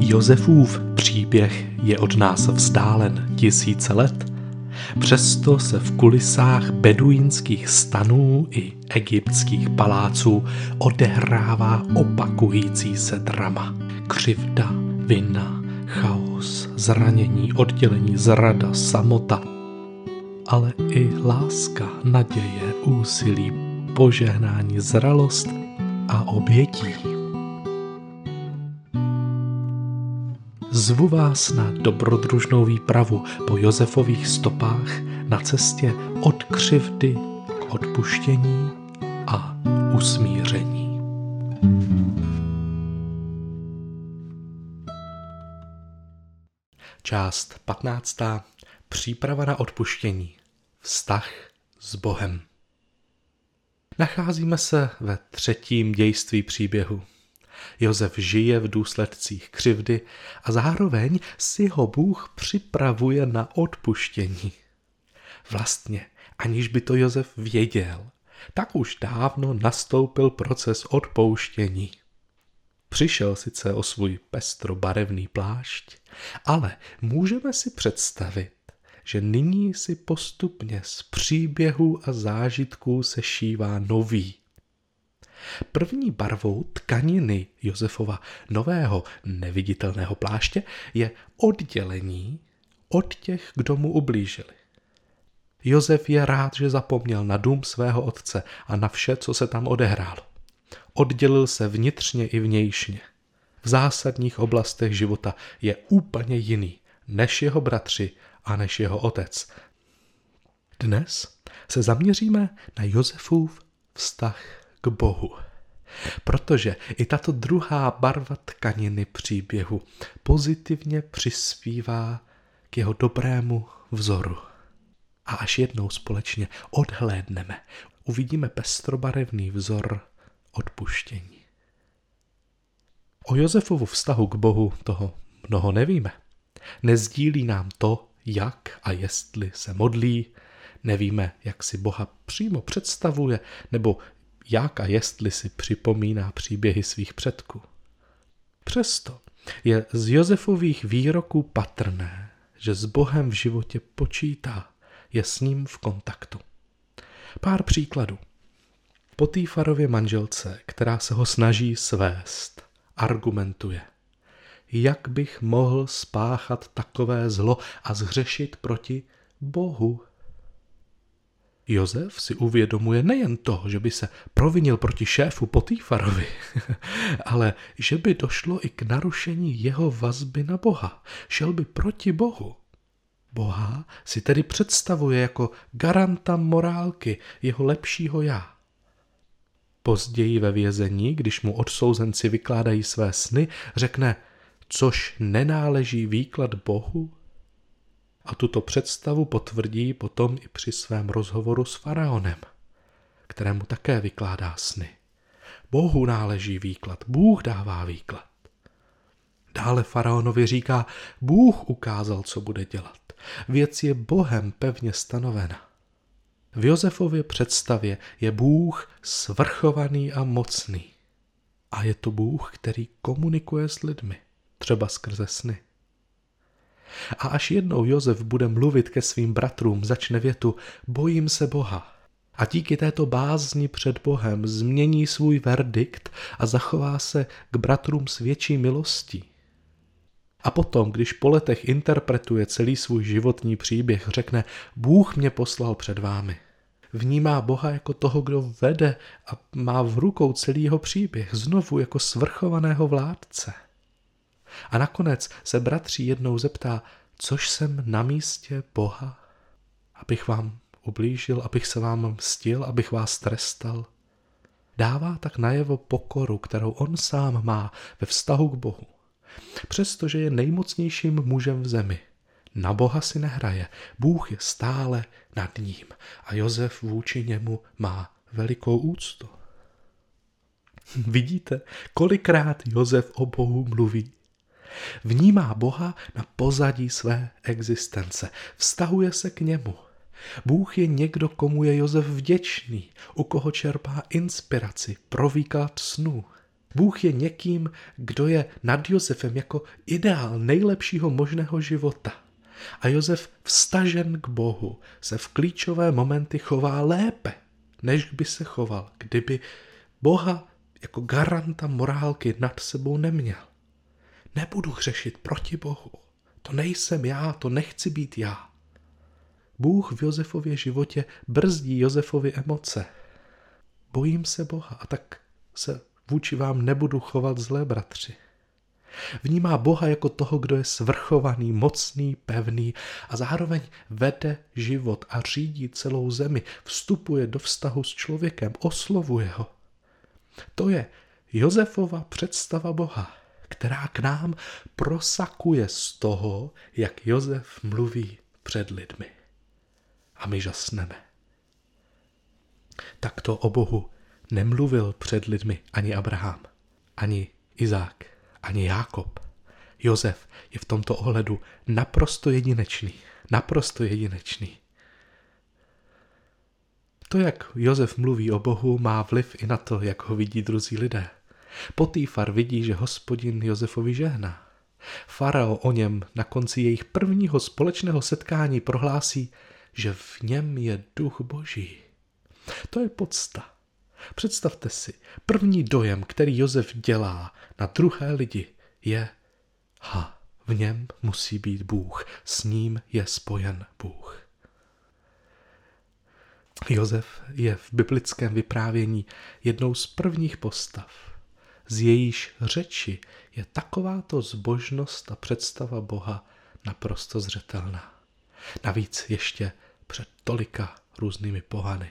Josefův příběh je od nás vzdálen tisíce let, přesto se v kulisách beduínských stanů i egyptských paláců odehrává opakující se drama. Křivda, vina, chaos, zranění, oddělení, zrada, samota, ale i láska, naděje, úsilí, požehnání, zralost a obětí. Zvu vás na dobrodružnou výpravu po Josefových stopách na cestě od křivdy k odpuštění a usmíření. Část 15. Příprava na odpuštění. Vztah s Bohem. Nacházíme se ve 3. dějství příběhu. Josef žije v důsledcích křivdy a zároveň si ho Bůh připravuje na odpuštění. Vlastně, aniž by to Josef věděl, tak už dávno nastoupil proces odpouštění. Přišel sice o svůj pestrobarevný plášť, ale můžeme si představit, že nyní si postupně z příběhů a zážitků sešívá nový. První barvou tkaniny Josefova nového neviditelného pláště je oddělení od těch, kdo mu ublížili. Josef je rád, že zapomněl na dům svého otce a na vše, co se tam odehrálo. Oddělil se vnitřně i vnějšně. V zásadních oblastech života je úplně jiný než jeho bratři a než jeho otec. Dnes se zaměříme na Josefův vztah k Bohu, protože i tato druhá barva tkaniny příběhu pozitivně přispívá k jeho dobrému vzoru. A až jednou společně odhlédneme, uvidíme pestrobarevný vzor odpuštění. O Josefovu vztahu k Bohu toho mnoho nevíme. Nezdílí nám to, jak a jestli se modlí, nevíme, jak si Boha přímo představuje, nebo jak a jestli si připomíná příběhy svých předků. Přesto je z Josefových výroků patrné, že s Bohem v životě počítá, je s ním v kontaktu. Pár příkladů. Potýfarově manželce, která se ho snaží svést, argumentuje. Jak bych mohl spáchat takové zlo a zhřešit proti Bohu? Josef si uvědomuje nejen to, že by se provinil proti šéfu Potýfarovi, ale že by došlo i k narušení jeho vazby na Boha. Šel by proti Bohu. Boha si tedy představuje jako garanta morálky, jeho lepšího já. Později ve vězení, když mu odsouzenci vykládají své sny, řekne, což nenáleží výklad Bohu? A tuto představu potvrdí potom i při svém rozhovoru s faraonem, kterému také vykládá sny. Bohu náleží výklad, Bůh dává výklad. Dále faraonovi říká, Bůh ukázal, co bude dělat. Věc je Bohem pevně stanovena. V Josefově představě je Bůh svrchovaný a mocný. A je to Bůh, který komunikuje s lidmi, třeba skrze sny. A až jednou Josef bude mluvit ke svým bratrům, začne větu, bojím se Boha. A díky této bázni před Bohem změní svůj verdikt a zachová se k bratrům s větší milostí. A potom, když po letech interpretuje celý svůj životní příběh, řekne, Bůh mě poslal před vámi. Vnímá Boha jako toho, kdo vede a má v rukou celý jeho příběh, znovu jako svrchovaného vládce. A nakonec se bratří jednou zeptá, což jsem na místě Boha, abych vám ublížil, abych se vám mstil, abych vás trestal. Dává tak najevo pokoru, kterou on sám má ve vztahu k Bohu. Přestože je nejmocnějším mužem v zemi, na Boha si nehraje, Bůh je stále nad ním a Josef vůči němu má velikou úctu. Vidíte, kolikrát Josef o Bohu mluví. Vnímá Boha na pozadí své existence, vztahuje se k němu. Bůh je někdo, komu je Josef vděčný, u koho čerpá inspiraci pro výklad snů. Bůh je někým, kdo je nad Josefem jako ideál nejlepšího možného života. A Josef, vztažen k Bohu, se v klíčové momenty chová lépe, než by se choval, kdyby Boha jako garanta morálky nad sebou neměl. Nebudu hřešit proti Bohu. To nejsem já, to nechci být já. Bůh v Josefově životě brzdí Josefovy emoce. Bojím se Boha a tak se vůči vám nebudu chovat zlé, bratři. Vnímá Boha jako toho, kdo je svrchovaný, mocný, pevný a zároveň vede život a řídí celou zemi, vstupuje do vztahu s člověkem, oslovuje ho. To je Josefova představa Boha, která k nám prosakuje z toho, jak Josef mluví před lidmi. A my žasneme. Takto o Bohu nemluvil před lidmi ani Abraham, ani Izák, ani Jákob. Josef je v tomto ohledu naprosto jedinečný. Naprosto jedinečný. To, jak Josef mluví o Bohu, má vliv i na to, jak ho vidí druzí lidé. Potýfar vidí, že Hospodin Josefovi žehná. Farao o něm na konci jejich prvního společného setkání prohlásí, že v něm je duch Boží. To je podsta. Představte si, první dojem, který Josef dělá na druhé lidi, je v něm musí být Bůh, s ním je spojen Bůh. Josef je v biblickém vyprávění jednou z prvních postav. Z jejíž řeči je takováto zbožnost a představa Boha naprosto zřetelná. Navíc ještě před tolika různými pohany.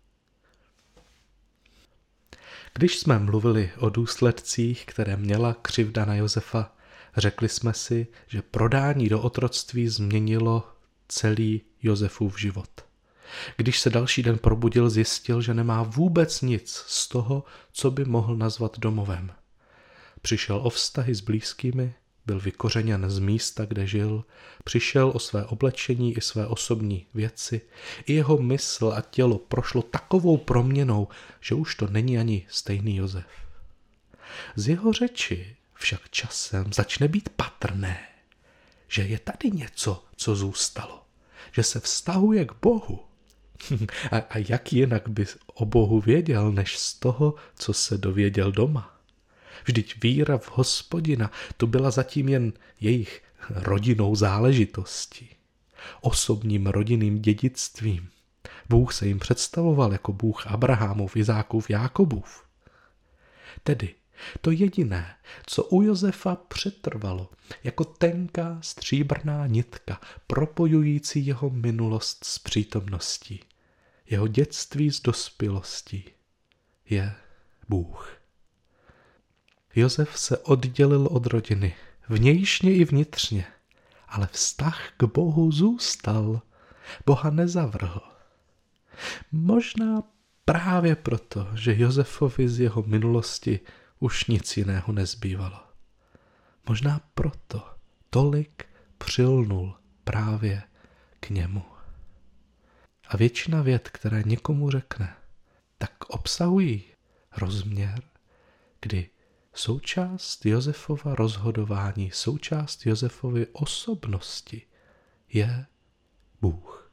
Když jsme mluvili o důsledcích, které měla křivda na Josefa, řekli jsme si, že prodání do otroctví změnilo celý Josefův život. Když se další den probudil, zjistil, že nemá vůbec nic z toho, co by mohl nazvat domovem. Přišel o vztahy s blízkými, byl vykořeněn z místa, kde žil, přišel o své oblečení i své osobní věci. I jeho mysl a tělo prošlo takovou proměnou, že už to není ani stejný Josef. Z jeho řeči však časem začne být patrné, že je tady něco, co zůstalo, že se vztahuje k Bohu. A jak jinak by o Bohu věděl, než z toho, co se dověděl doma? Vždyť víra v Hospodina to byla zatím jen jejich rodinnou záležitostí, osobním rodinným dědictvím. Bůh se jim představoval jako Bůh Abrahamův, Izákův, Jákobův. Tedy to jediné, co u Josefa přetrvalo, jako tenká stříbrná nitka, propojující jeho minulost s přítomností, jeho dětství s dospělostí, je Bůh. Josef se oddělil od rodiny, vnějšně i vnitřně, ale vztah k Bohu zůstal, Boha nezavrhl. Možná právě proto, že Josefovi z jeho minulosti už nic jiného nezbývalo. Možná proto tolik přilnul právě k němu. A většina vět, které někomu řekne, tak obsahují rozměr, kdy součást Josefova rozhodování, součást Josefovy osobnosti je Bůh.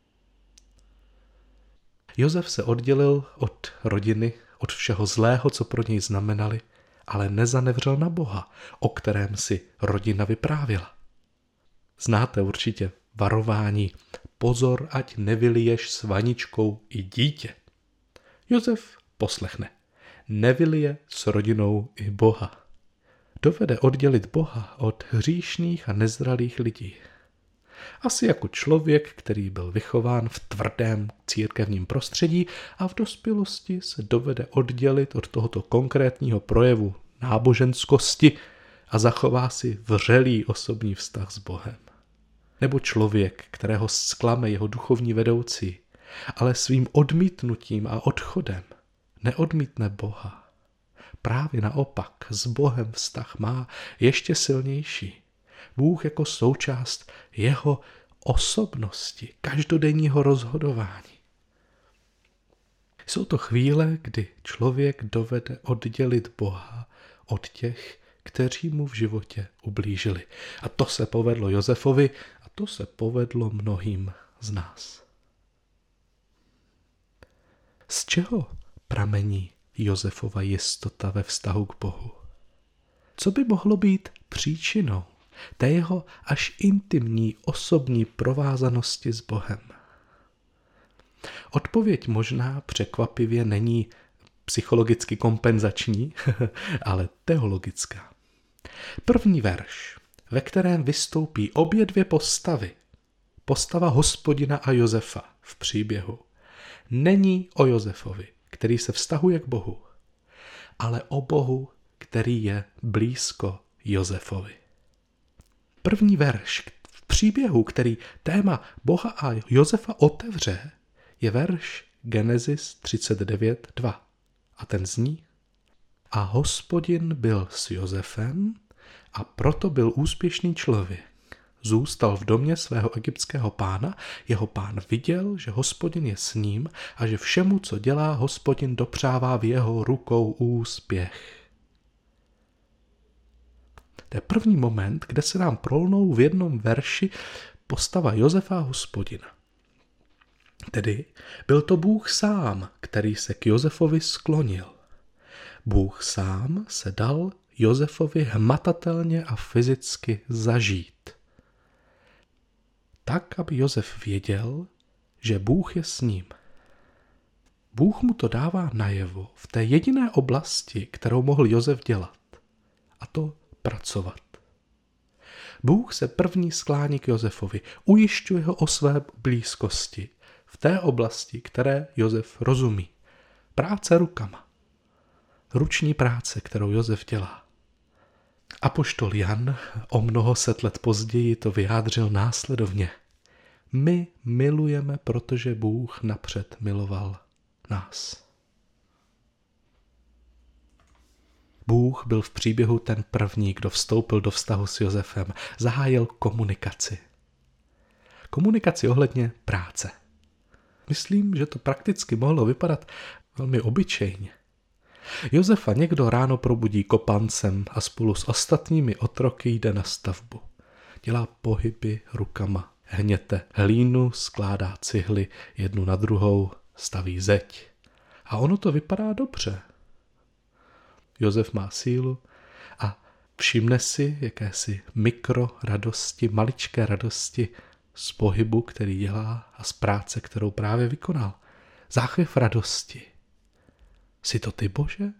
Josef se oddělil od rodiny, od všeho zlého, co pro něj znamenali, ale nezanevřel na Boha, o kterém si rodina vyprávěla. Znáte určitě varování: pozor, ať nevyliješ s vaničkou i dítě. Josef poslechne. Nevylije s rodinou i Boha. Dovede oddělit Boha od hříšných a nezralých lidí. Asi jako člověk, který byl vychován v tvrdém církevním prostředí a v dospělosti se dovede oddělit od tohoto konkrétního projevu náboženskosti a zachová si vřelý osobní vztah s Bohem. Nebo člověk, kterého zklame jeho duchovní vedoucí, ale svým odmítnutím a odchodem neodmítne Boha. Právě naopak, s Bohem vztah má ještě silnější. Bůh jako součást jeho osobnosti, každodenního rozhodování. Jsou to chvíle, kdy člověk dovede oddělit Boha od těch, kteří mu v životě ublížili. A to se povedlo Josefovi a to se povedlo mnohým z nás. Z čeho pramení Josefova jistota ve vztahu k Bohu? Co by mohlo být příčinou té jeho až intimní osobní provázanosti s Bohem? Odpověď možná překvapivě není psychologicky kompenzační, ale teologická. První verš, ve kterém vystoupí obě dvě postavy, postava Hospodina a Josefa v příběhu, není o Josefovi, který se vztahuje k Bohu, ale o Bohu, který je blízko Josefovi. První verš v příběhu, který téma Boha a Josefa otevře, je verš Genesis 39:2 a ten zní: A Hospodin byl s Josefem a proto byl úspěšný člověk. Zůstal v domě svého egyptského pána, jeho pán viděl, že Hospodin je s ním a že všemu, co dělá, Hospodin dopřává v jeho rukou úspěch. To je první moment, kde se nám prolnou v jednom verši postava Josefa a Hospodina. Tedy byl to Bůh sám, který se k Josefovi sklonil. Bůh sám se dal Josefovi hmatatelně a fyzicky zažít. Tak, aby Josef věděl, že Bůh je s ním. Bůh mu to dává najevo v té jediné oblasti, kterou mohl Josef dělat, a to pracovat. Bůh se první sklání k Josefovi, ujišťuje ho o své blízkosti v té oblasti, které Josef rozumí. Práce rukama. Ruční práce, kterou Josef dělá. Apoštol Jan o mnoho set let později to vyjádřil následovně. My milujeme, protože Bůh napřed miloval nás. Bůh byl v příběhu ten první, kdo vstoupil do vztahu s Josefem, zahájil komunikaci. Komunikaci ohledně práce. Myslím, že to prakticky mohlo vypadat velmi obyčejně. Josefa někdo ráno probudí kopancem a spolu s ostatními otroky jde na stavbu. Dělá pohyby rukama, hněte hlínu, skládá cihly jednu na druhou, staví zeď. A ono to vypadá dobře. Josef má sílu a všimne si jakési mikroradosti, maličké radosti z pohybu, který dělá a z práce, kterou právě vykonal. Záchvěv radosti. Jsi to ty, Bože?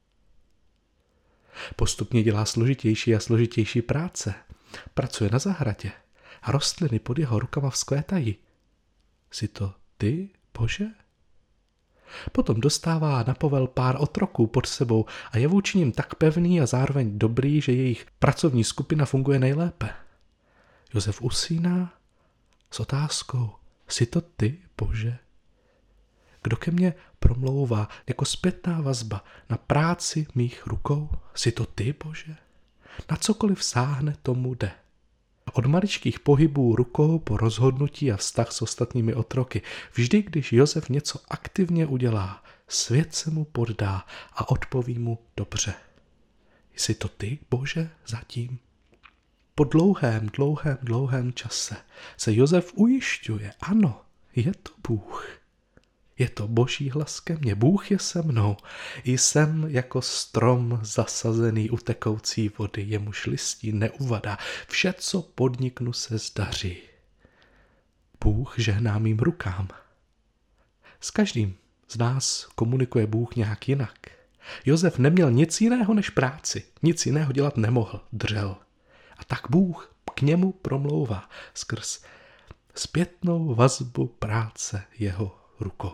Postupně dělá složitější a složitější práce. Pracuje na zahradě a rostliny pod jeho rukama vzkvétají. Jsi to ty, Bože? Potom dostává na povel pár otroků pod sebou a je vůči nim tak pevný a zároveň dobrý, že jejich pracovní skupina funguje nejlépe. Josef usíná s otázkou: jsi to ty, Bože? Kdo ke mně promlouvá jako zpětná vazba na práci mých rukou? Jsi to ty, Bože? Na cokoliv sáhne, tomu jde. Od maličkých pohybů rukou po rozhodnutí a vztah s ostatními otroky. Vždy, když Josef něco aktivně udělá, svět se mu poddá a odpoví mu dobře. Jsi to ty, Bože, zatím? Po dlouhém čase se Josef ujišťuje, ano, je to Bůh. Je to Boží hlas ke mně. Bůh je se mnou. Jsem jako strom zasazený u tekoucí vody, jemuž listí neuvadá. Vše, co podniknu, se zdaří. Bůh žehná mým rukám. S každým z nás komunikuje Bůh nějak jinak. Josef neměl nic jiného než práci. Nic jiného dělat nemohl. Dřel. A tak Bůh k němu promlouvá skrz zpětnou vazbu práce jeho rukou.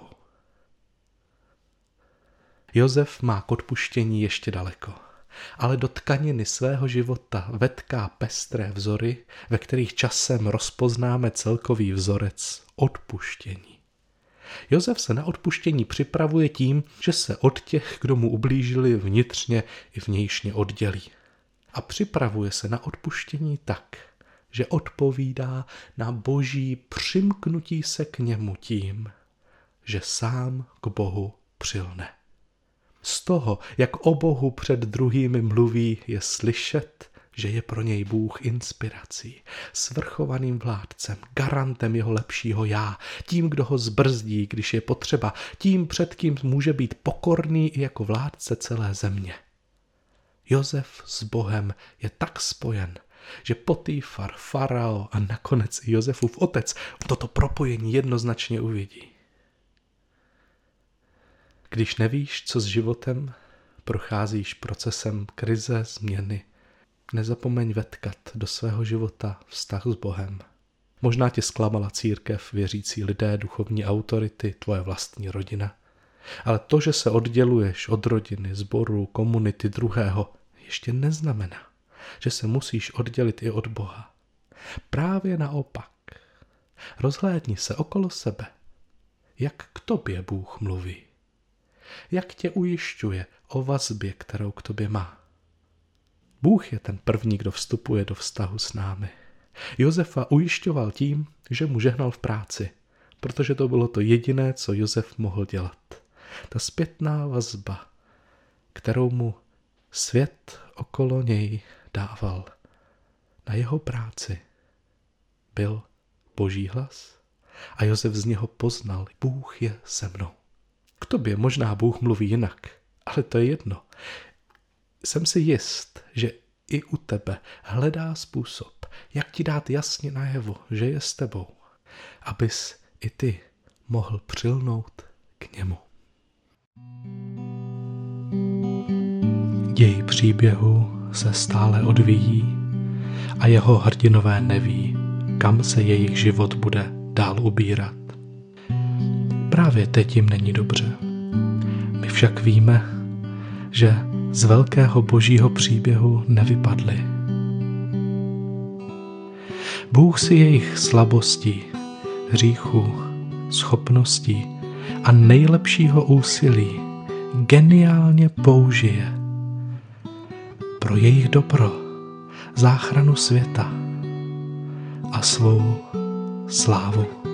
Josef má k odpuštění ještě daleko, ale do tkaniny svého života vetká pestré vzory, ve kterých časem rozpoznáme celkový vzorec odpuštění. Josef se na odpuštění připravuje tím, že se od těch, kdo mu ublížili, vnitřně i vnějšně oddělí. A připravuje se na odpuštění tak, že odpovídá na Boží přimknutí se k němu tím, že sám k Bohu přilne. Z toho, jak o Bohu před druhými mluví, je slyšet, že je pro něj Bůh inspirací, svrchovaným vládcem, garantem jeho lepšího já, tím, kdo ho zbrzdí, když je potřeba, tím, před kým může být pokorný i jako vládce celé země. Josef s Bohem je tak spojen, že Potifar, farao a nakonec i Josefův otec toto propojení jednoznačně uvidí. Když nevíš, co s životem, procházíš procesem krize, změny, nezapomeň vetkat do svého života vztah s Bohem. Možná tě zklamala církev, věřící lidé, duchovní autority, tvoje vlastní rodina. Ale to, že se odděluješ od rodiny, sboru, komunity druhého, ještě neznamená, že se musíš oddělit i od Boha. Právě naopak. Rozhlédni se okolo sebe. Jak k tobě Bůh mluví? Jak tě ujišťuje o vazbě, kterou k tobě má? Bůh je ten první, kdo vstupuje do vztahu s námi. Josefa ujišťoval tím, že mu žehnal v práci, protože to bylo to jediné, co Josef mohl dělat. Ta zpětná vazba, kterou mu svět okolo něj dával na jeho práci, byl Boží hlas. A Josef z něho poznal, Bůh je se mnou. K tobě možná Bůh mluví jinak, ale to je jedno. Jsem si jist, že i u tebe hledá způsob, jak ti dát jasně najevo, že je s tebou, abys i ty mohl přilnout k němu. Děj příběhu se stále odvíjí a jeho hrdinové neví, kam se jejich život bude dál ubírat. Právě teď jim není dobře. My však víme, že z velkého božího příběhu nevypadli. Bůh si jejich slabostí, hříchu, schopností a nejlepšího úsilí geniálně použije pro jejich dobro, záchranu světa a svou slávu.